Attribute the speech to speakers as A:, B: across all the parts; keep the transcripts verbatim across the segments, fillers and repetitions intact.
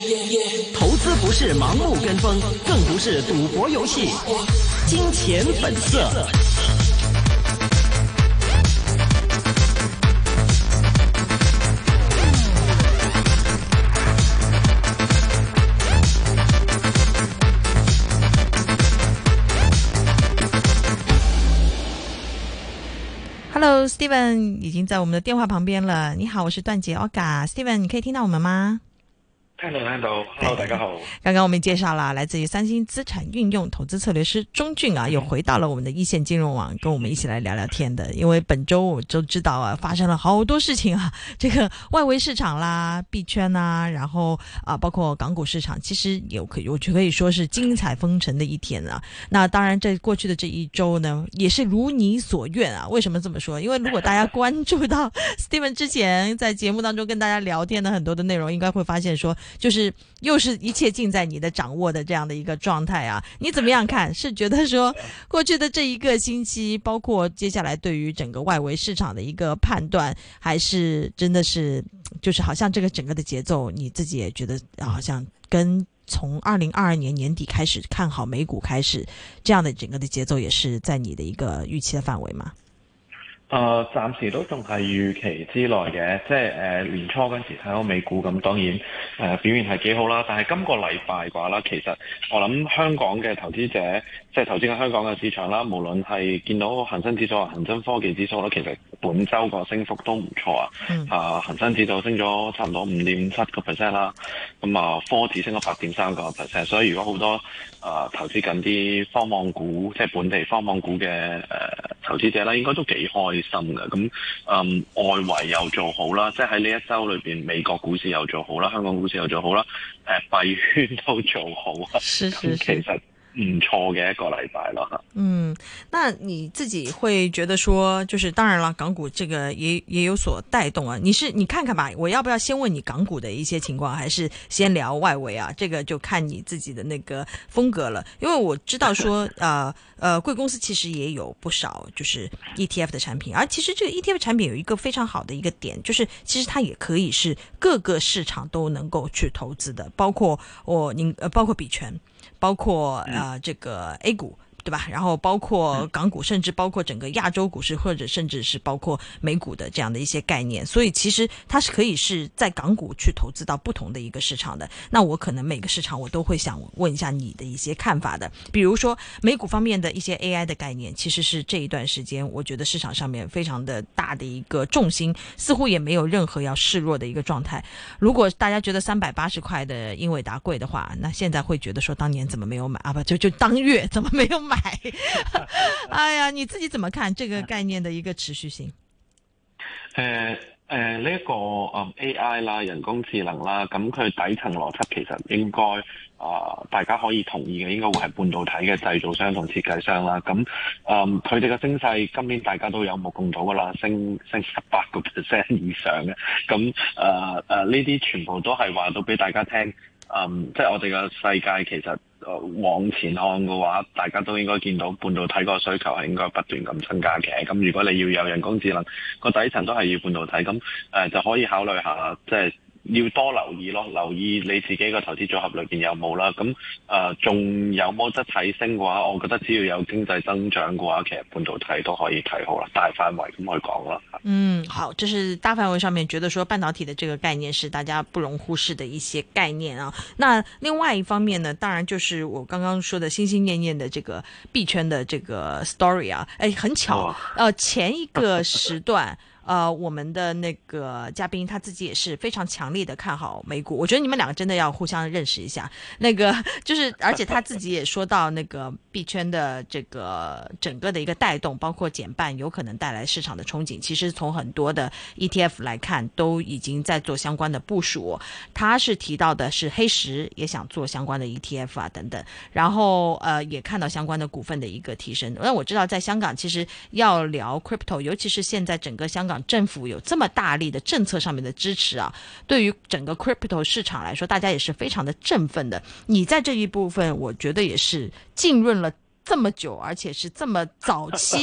A: 投资不是盲目跟风，更不是赌博游戏。金钱本色。
B: Hello Steven 已经在我们的电话旁边了。你好，我是段姐 Olga。 Steven 你可以听到我们吗？
C: 听到听到 ，Hello， 大家好。
B: 刚刚我们介绍了来自于三星资产运用投资策略师钟俊啊，又回到了我们的一线金融网，跟我们一起来聊聊天的。因为本周我就知道啊，发生了好多事情啊，这个外围市场啦、币圈啊，然后啊，包括港股市场，其实有可以，我就可以说是精彩纷呈的一天啊。那当然，这过去的这一周呢，也是如你所愿啊。为什么这么说？因为如果大家关注到 Steven 之前在节目当中跟大家聊天的很多的内容，应该会发现说，就是又是一切尽在你的掌握的这样的一个状态啊。你怎么样看？是觉得说过去的这一个星期，包括接下来对于整个外围市场的一个判断，还是真的是就是好像这个整个的节奏，你自己也觉得好像跟从二零二二年年底开始看好美股开始，这样的整个的節奏也是在你的一個預期嘅範圍嘛？
C: 誒、呃，暫時都仲係預期之內嘅，即係誒、呃、年初嗰陣時睇到美股咁，當然誒、呃、表現係幾好啦。但係今個禮拜嘅話啦，其實我諗香港嘅投資者，即係投資緊香港嘅市場啦，無論係見到恆生指數、恆生科技指數啦，其實本週個升幅都唔錯啊。嗯、啊，恆生指數升咗差唔多五點七個 percent 啦，咁啊科指升咗八點三個 percent。所以如果好多啊、呃、投資緊啲科網股，即係本地科網股嘅誒、呃、投資者啦，應該都幾開心嘅。咁嗯外圍又做好啦，即係喺呢一週裏邊，美國股市又做好啦，香港股市又做好啦，誒幣圈都做好啊。
B: 是是是，
C: 其實唔錯嘅一個禮拜咯。
B: 嗯，那你自己會覺得說，就是當然了，港股這個也也有所帶動啊。你是你看看吧，我要不要先問你港股的一些情況，還是先聊外圍啊？這個就看你自己的那個風格了。因為我知道說，呃呃，貴公司其實也有不少就是 E T F 的產品，而其實這個 E T F 產品有一個非常好的一個點，就是其實它也可以是各個市場都能夠去投資的，包括我您呃包括幣圈。包括呃這個 A 股對吧，然後包括港股，甚至包括整個亞洲股市，或者甚至是包括美股的這樣的一些概念，所以其實它是可以是在港股去投資到不同的一個市場的。那我可能每個市場我都會想問一下你的一些看法的，比如說美股方面的一些 A I 的概念，其實是這一段時間我覺得市場上面非常的大的一個重心，似乎也沒有任何要示弱的一個狀態。如果大家覺得三百八十塊的英偉達貴的話，那現在會覺得說當年怎麼沒有買啊？不就就當月怎麼沒有買？哎呀，你自己怎麼看這個概念的一個持續性？
C: 誒誒呢一個誒 A I 啦，人工智能啦，咁佢底層邏輯其實應該啊、呃、大家可以同意嘅，應該會係半導體嘅製造商同設計商啦。咁誒佢哋嘅升勢今年大家都有目共睹噶啦，升升十八個 percent 以上嘅。咁誒誒呢啲全部都係話到俾大家聽。嗯，即係我哋嘅世界其實、呃、往前看嘅話，大家都應該見到半導體個需求係應該不斷咁增加嘅。咁如果你要有人工智能，個底層都係要半導體，咁誒、呃、就可以考慮下，即係要多留意咯，留意你自己個投資組合裏邊有冇啦。咁誒仲有冇得睇升嘅話，我覺得只要有經濟增長嘅話，其實半導體都可以睇好啦，大範圍咁去講啦。
B: 嗯，好，這是大範圍上面覺得說半導體的這個概念是大家不容忽視的一些概念啊。那另外一方面呢，當然就是我剛剛說的心心念念的這個幣圈的這個 story 啊，誒，很巧，呃，前一個時段。呃，我們的那個嘉賓他自己也是非常強烈的看好美股，我覺得你們兩個真的要互相認識一下。那個就是，而且他自己也說到，那個幣圈的這個整個的一個帶動，包括減半有可能帶來市場的憧憬。其實從很多的 E T F 來看，都已經在做相關的部署。他是提到的是黑石也想做相關的 E T F 啊等等，然後呃也看到相關的股份的一個提升。那我知道在香港其實要聊 crypto， 尤其是現在整個香港政府有這麼大力的政策上面的支持啊，對於整個 crypto 市場來說，大家也是非常的振奮的。你在這一部分，我覺得也是浸潤了這麼久，而且是這麼早期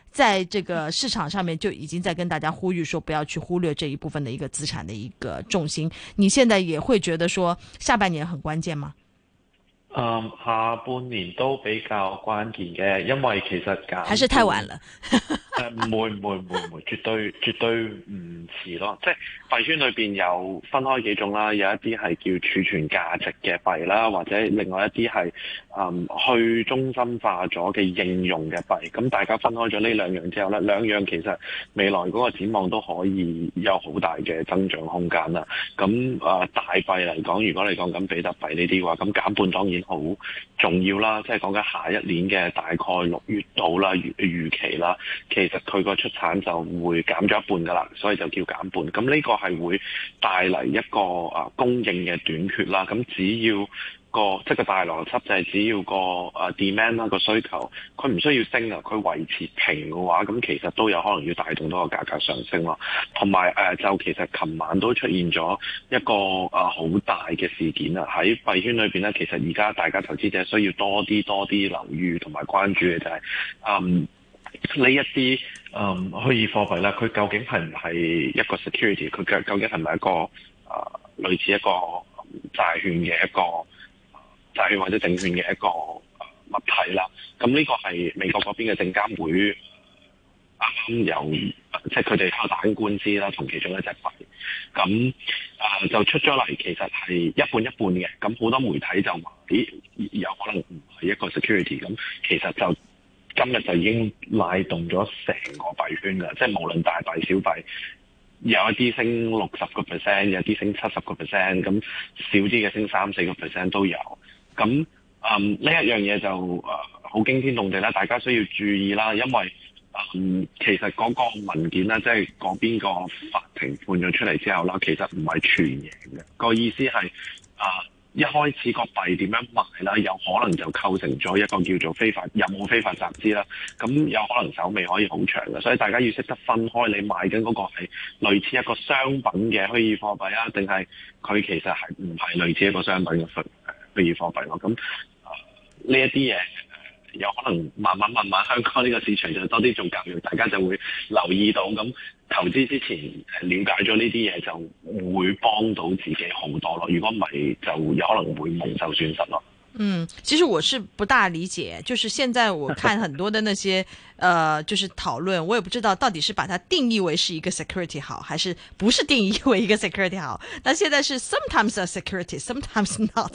B: 在这个市场上面就已经在跟大家呼吁说不要去忽略这一部分的一个资产的一个重心。你現在也會覺得說下半年很關鍵嗎？
C: 嗯，下半年都比較關鍵嘅，因為其實減
B: 還是太晚了。
C: 誒唔會唔會唔會唔會，絕對絕對唔遲咯。即係幣圈裏邊有分開幾種啦，有一啲係叫儲存價值嘅幣啦，或者另外一啲係嗯去中心化咗嘅應用嘅幣。咁大家分開咗呢兩樣之後咧，兩樣其實未來嗰個展望都可以有好大嘅增長空間啦。咁啊、呃、大幣嚟講，如果你講緊比特幣呢啲嘅話，咁減半當然好重要啦。即係講緊下一年嘅大概六月度啦，預預期啦，其實佢個出產就會減咗一半噶啦，所以就叫減半。咁呢個係會帶嚟一個啊供應嘅短缺啦。咁只要個即係個大邏輯就係只要個啊 demand 啦個需求，佢唔需要升啊，佢維持平嘅話，咁其實都有可能要帶動到個價格上升咯。同埋誒就其實琴晚都出現咗一個啊好大嘅事件啊，喺幣圈裏邊咧，其實而家大家投資者需要多啲多啲留意同埋關注嘅就係、是、嗯。呢一啲嗯虛擬貨幣啦，佢究竟係唔係一個 security？ 佢究究竟係唔係一個啊、呃、類似一個債券嘅一個債券或者證券嘅一個物體啦？咁呢個係美國嗰邊嘅證監會啱啱有，即係佢哋喺度打緊官司啦，同其中一隻幣。咁啊、呃、就出咗嚟，其實係一半一半嘅。咁好多媒體就話：咦，有可能唔係一個 security。咁其實就今日就已經拉動咗成個幣圈㗎，即係無論大幣小幣，有一啲升六十個 percent， 有啲升七十個 percent， 咁少啲嘅升三四個 percent 都有。咁嗯呢一樣嘢就誒好驚天動地啦，大家需要注意啦，因為嗯其實嗰個文件啦，即係嗰邊個法庭判咗出嚟之後啦，其實唔係全贏嘅。個意思係啊。呃一開始個幣點樣賣啦，有可能就構成咗一個叫做非法有冇非法集資啦。咁有可能手尾可以好長嘅，所以大家要識得分開，你買緊嗰個係類似一個商品嘅虛擬貨幣啊，定係佢其實係唔係類似一個商品嘅虛虛擬貨幣咯？咁呢一啲嘢有可能慢慢慢慢香港呢個市場就多啲做教育，大家就會留意到咁。投資之前了解咗呢啲嘢，就會幫到自己好多咯。如果唔係，就有可能會蒙受損失咯。
B: 嗯，其實我是不大理解，就是現在我看很多的那些，呃，就是討論，我也不知道到底是把它定義為是一個 security 好，還是不是定義為一個 security 好。但現在是 sometimes a security，sometimes not。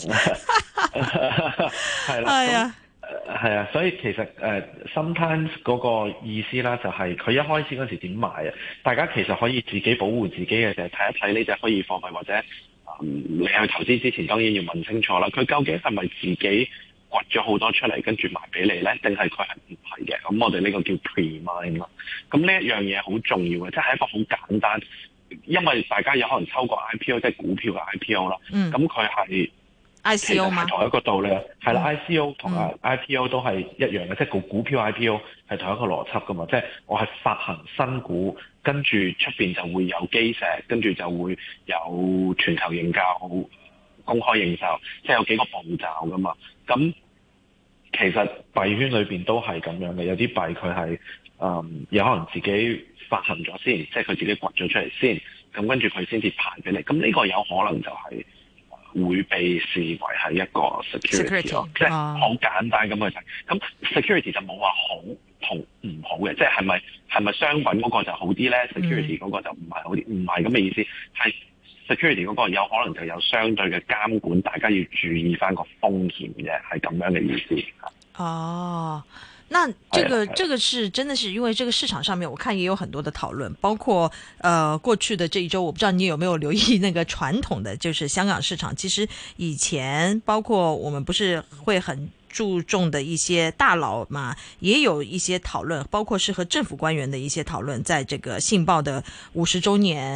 C: 係啦。哎呀。係啊，所以其實誒、呃、sometimes 嗰個意思啦，就係佢一開始嗰時點買啊？大家其實可以自己保護自己嘅，就係睇一睇呢隻虛擬貨幣，或者、嗯、你去投資之前當然要問清楚啦。佢究竟係咪自己掘咗好多出嚟跟住賣俾你咧？定係佢係唔係嘅？咁我哋呢個叫 pre-mine 咯。咁呢一樣嘢好重要嘅，即係一個好簡單，因為大家有可能抽過 I P O， 即係股票嘅 I P O 啦。咁佢係。
B: I C O 嘛，
C: 同一個道理，係啦 ，I C O 同埋 I P O 都係一樣嘅，即係個股票 I P O 係同一個邏輯噶嘛，即係我係發行新股，跟住出邊就會有基石，跟住就會有全球認購、公開認售，即係有幾個步驟噶嘛。咁其實幣圈裏邊都係咁樣嘅，有啲幣佢係誒有可能自己發行咗先，即係佢自己掘咗出嚟先，咁跟住佢先至排俾你。咁呢個有可能就係、是。會被視為係一個 security 咯，即係好簡單咁去睇。咁 security 就冇話好同唔好嘅，即係係咪係咪商品嗰個就好啲咧 ？security 嗰個就唔係好啲，唔係咁嘅意思。係 security 嗰個有可能就有相對嘅監管，大家要注意翻個風險嘅，係咁樣嘅意思。
B: 哦。那這個這個是真的是因為這個市場上面我看也有很多的討論，包括呃過去的這一周，我不知道你有沒有留意那個傳統的就是香港市場，其實以前包括我們不是會很注重的一些大佬嘛，也有一些討論，包括是和政府官員的一些討論，在這個信報的五十周年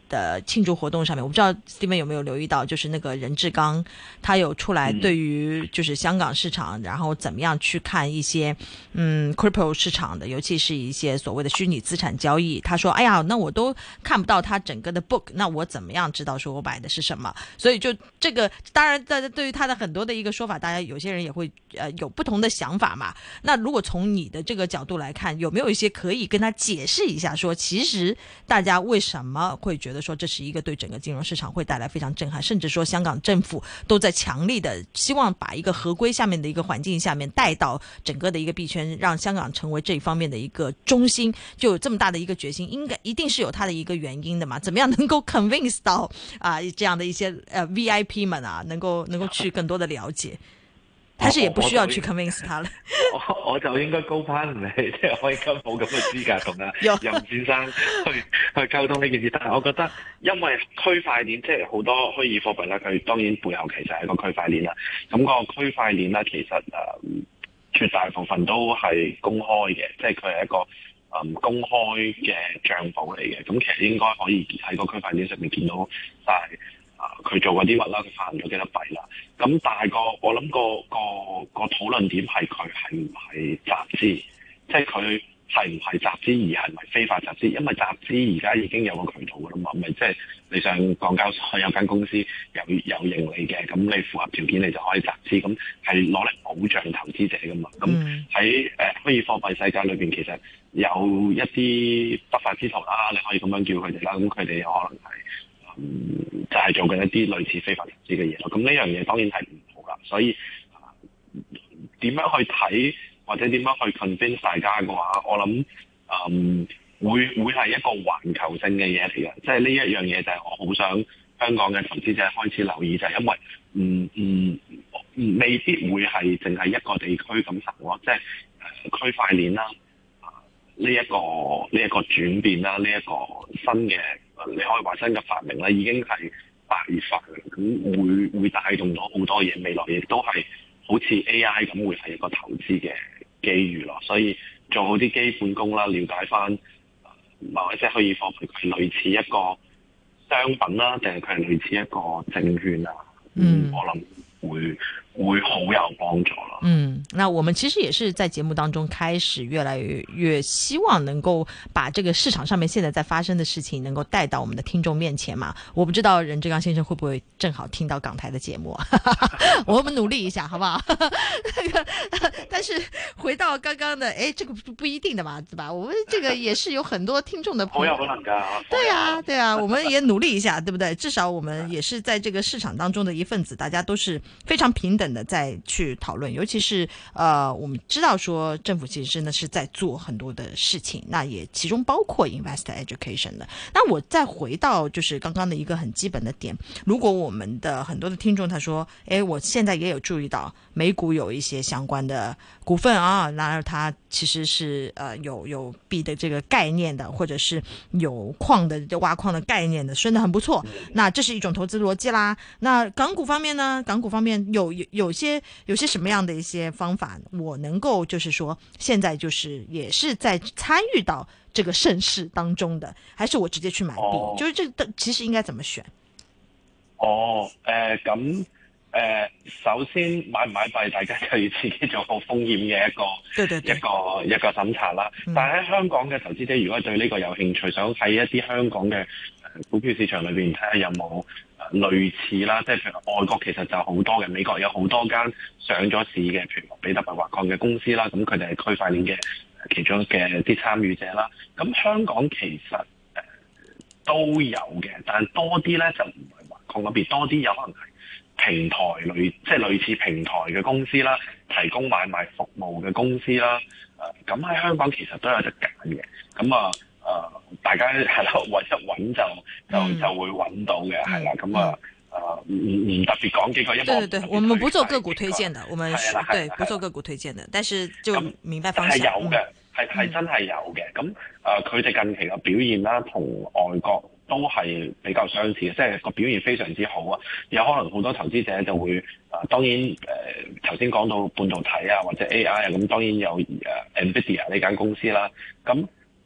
B: 的庆祝活动上面，我不知道 Steven 有没有留意到，就是那个任志刚他有出来对于就是香港市场，然后怎么样去看一些嗯 crypto 市场的，尤其是一些所谓的虚拟资产交易。他说：“哎呀，那我都看不到他整个的 book， 那我怎么样知道说我买的是什么？”所以就这个，当然在对于他的很多的一个说法，大家有些人也会呃有不同的想法嘛。那如果从你的这个角度来看，有没有一些可以跟他解释一下说，其实大家为什么会觉得说这是一个对整个金融市场会带来非常震撼，甚至说香港政府都在强力的希望把一个合规下面的一个环境下面带到整个的一个币圈，让香港成为这一方面的一个中心，就有这么大的一个决心，应该一定是有它的一个原因的嘛？怎么样能够 convince 到啊、呃、这样的一些呃 V I P 们啊，能够能够去更多的了解？還是也不需要去 convince 他了。
C: 我我就應該高攀你，即係我應該冇咁嘅資格同阿任先生去去溝通呢件事。但係我覺得，因為區塊鏈即係好多虛擬貨幣啦，佢當然背後其實係一個區塊鏈啦。咁、那個區塊鏈啦，其實誒、呃、絕大部分都係公開嘅，即係佢係一個誒、嗯、公開嘅帳簿嚟嘅。咁其實應該可以喺個區塊鏈上面見到晒。啊！佢做嗰啲乜啦？佢發行咗幾多幣啦？咁但係個我諗個個個討論點係佢係唔係集資，即係佢係唔係集資而係唔係非法集資？因為集資而家已經有個渠道㗎啦嘛，咪即係你上港交所有間公司有有盈利嘅，咁你符合條件你就可以集資，咁係攞嚟保障投資者㗎嘛。咁喺誒虛擬貨幣世界裏邊，其實有一啲不法之徒啦，你可以咁樣叫佢哋啦，咁佢哋有可能係。嗯，就係、是、做緊一啲類似非法投資嘅嘢咯。咁呢樣嘢當然係唔好啦。所以點、呃、樣去睇或者點樣去 convince 大家嘅話，我諗嗯會會係一個環球性嘅嘢嚟嘅。即係呢一樣嘢就係我好想香港嘅投資者開始留意，就係、是、因為唔唔、嗯、未必會係淨係一個地區咁行咯。即係誒區塊鏈啦，呢、呃、一、這個呢一、這個轉變啦，呢、這、一個新嘅。你可以話新嘅發明咧，已經係白熱化嘅，咁會會帶動咗好多嘢，未來亦都係好似 A I 咁，會係一個投資嘅機遇咯。所以做好啲基本功啦，了解翻某一些虛擬貨幣係類似一個商品啦，定係佢係類似一個證券啊？嗯，我諗會會好有幫助咯。
B: 嗯，那我們其實也是在節目當中開始越來越越希望能夠把這個市場上面現在在發生的事情能夠帶到我們的聽眾面前嘛。我不知道任志剛先生會不會正好聽到港台的節目啊？我們努力一下，好不好？那個，但是回到剛剛的，誒，這個不一定的嘛，對吧？我們這個也是有很多聽眾的朋友。
C: 好有可能㗎。
B: 對啊，對啊，我們也努力一下，對不對？至少我們也是在這個市場當中的一份子，大家都是非常平等的在去討論，尤其是呃，我們知道說政府其實真的是在做很多的事情，那也其中包括 investor education 的。那我再回到就是剛剛的一個很基本的點，如果我們的很多的聽眾他說，誒，我現在也有注意到美股有一些相關的股份啊，然後它其實是呃有有幣的這個概念的，或者是有礦的挖礦的概念的，升得很不錯。那這是一種投資邏輯啦。那港股方面呢？港股方面有有有些有些什麼樣的一些方法，我能夠就是說，現在就是也是在參與到這個盛世當中的，還是我直接去買幣？哦、就是這個其實應該怎麼選？
C: 哦，誒咁誒，首先買唔買幣，大家就要自己做好風險嘅一個對對對一個一個審查啦。嗯、但係喺香港嘅投資者，如果對呢個有興趣，想喺一啲香港嘅股票市場裏邊睇下有冇類似啦，即係譬如外國其實就好多嘅，美國有好多間上咗市嘅，譬如比特幣挖礦嘅公司啦，咁佢哋係區塊鏈嘅其中嘅啲參與者啦。咁香港其實誒、呃、都有嘅，但多啲咧就唔係挖礦嗰邊，多啲有可能係平台類，即係類似平台嘅公司啦，提供買賣服務嘅公司啦。誒咁喺香港其實都有得揀嘅，咁啊。誒、呃，大家係啦，揾一揾就就就會揾到嘅，係啦，咁啊誒，唔唔特別講幾個，因為
B: 對對對，我們不做個股推薦的，我們是對不做個股推薦的，但是就明白方向。係有嘅，係係、嗯、真係有嘅。咁誒，佢、呃、哋近期嘅表現啦，同外國都係比較相似嘅，即係個表現非常之好啊。有可能好多投資者就會誒、呃，當然誒頭先講到半導體啊，或者 A I 啊，咁當然有誒、呃、NVIDIA 呢間公司啦，咁。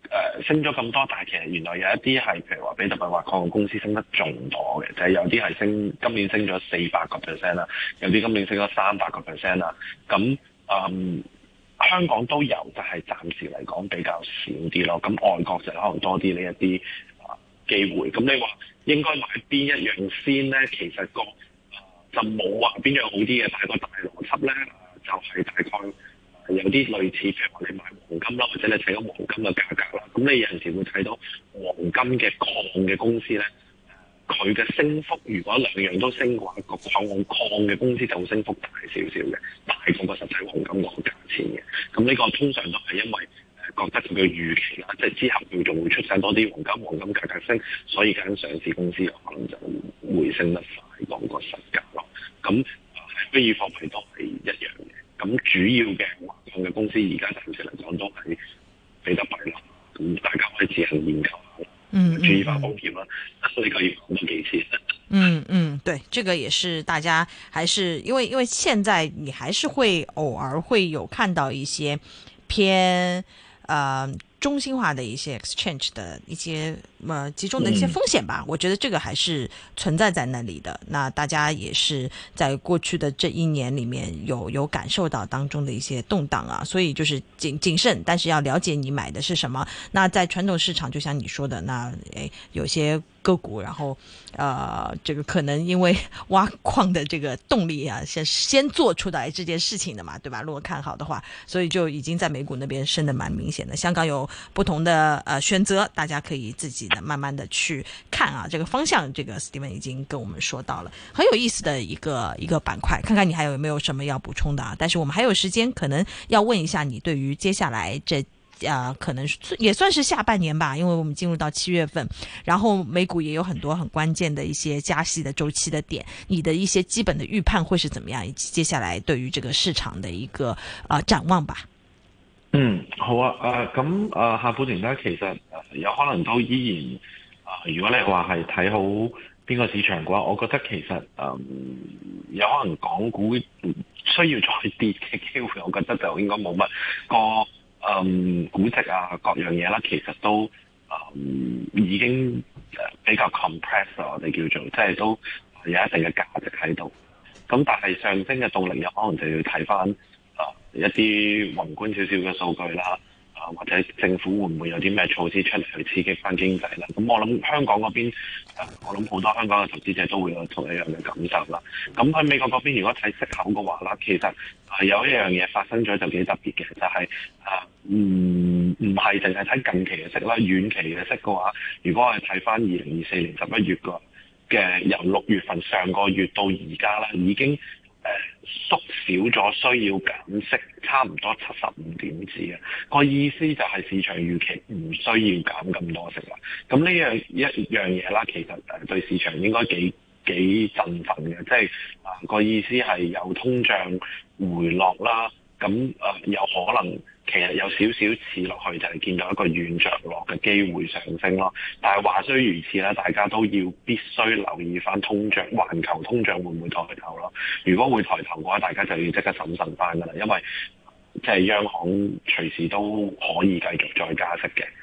C: 呃、升咗咁多，但係其實原來有一啲係譬如話比特幣挖礦嘅公司升得仲多嘅，就係、是、有啲係升今年升咗四百個 percent 啦，有啲今年升咗三百個 percent 啦。咁嗯，香港都有，但係暫時嚟講比較少啲咯。咁外國就可能多啲呢一啲啊機會。咁你話應該買邊一樣先咧？其實個、呃、就冇話邊樣好啲嘅，但係個大邏輯咧就係、是、大概。有啲類似，譬如話你買黃金啦，或者你睇到黃金嘅價格啦，咁你有陣時會睇到黃金嘅礦嘅公司咧，佢嘅升幅如果兩樣都升嘅話，個礦礦嘅公司就會升幅大少少嘅，大過個實際黃金嗰個價錢嘅。咁呢個通常都係因為誒覺得佢嘅預期啦，即係之後佢仲會出曬多啲黃金，黃金價格升，所以間上市公司可能就會升得快過個實價咯。咁喺非現貨幣都係一樣嘅。咁主要嘅挖礦嘅公司而家暫時嚟講都係比特幣啦，咁大家可以自行研究下，嗯，注意翻風險啦。呢個要講多幾次。
B: 嗯嗯，對，這個也是大家還是因為因為現在你還是會偶爾會有看到一些偏呃中心化的一些 exchange 的一些呃集中的一些風險吧，嗯，我覺得這個還是存在在那裡的。那大家也是在過去的這一年裡面有有感受到當中的一些動盪啊，所以就是謹謹慎，但是要了解你買的是什麼。那在傳統市場，就像你說的，那誒有些個股，然後呃這個可能因為挖礦的這個動力啊，先先做出來這件事情的嘛，對吧？如果看好的話，所以就已經在美股那邊升得蠻明顯的。香港有不同的呃選擇，大家可以自己的慢慢的去看啊，這個方向，這個 Steven 已經跟我們說到了，很有意思的一個一個板塊，看看你還有沒有什麼要補充的啊？但是我們還有時間，可能要問一下你對於接下來這啊、呃，可能也算是下半年吧，因為我們進入到七月份，然後美股也有很多很關鍵的一些加息的週期的點，你的一些基本的預判會是怎麼樣，以及接下來對於這個市場的一個啊、呃、展望吧。
C: 嗯，好啊，誒咁誒下半年咧，其實誒、呃、有可能都依然啊、呃，如果你話係睇好邊個市場嘅話，我覺得其實誒、呃、有可能港股需要再跌嘅機會，我覺得就應該冇乜個誒、呃、估值啊各樣嘢啦，其實都誒、呃、已經比較 compress 我哋叫做，即係都有一定嘅價值喺度。咁但係上升嘅動力有可能就要睇翻。一啲宏觀少少嘅數據啦，啊或者政府會唔會有啲咩措施出嚟去刺激翻經濟啦？咁我諗香港嗰邊，我諗好多香港嘅投資者都會有同一樣嘅感受啦。咁喺美國嗰邊，如果睇息口嘅話啦，其實係有一樣嘢發生咗就幾特別嘅，就係啊唔唔係淨係睇近期嘅息啦，遠期嘅息嘅話，如果我係睇翻二零二四年十一月個嘅由六月份上個月到而家啦，已經。誒、呃、縮少咗需要減息差唔多七十五點子嘅個意思就係市場預期唔需要減咁多息啦。咁呢樣一樣嘢啦，其實誒對市場應該幾幾振奮嘅，即係啊個意思係有通脹回落啦。咁誒、呃、有可能其實有少少似落去就係見到一個軟着落嘅機會上升咯。但係話雖如此啦，大家都要必須留意翻通脹，環球通脹會唔會抬頭咯？如果會抬頭嘅話，大家就要即刻審慎翻噶啦，因為即係央行隨時都可以繼續再加息嘅。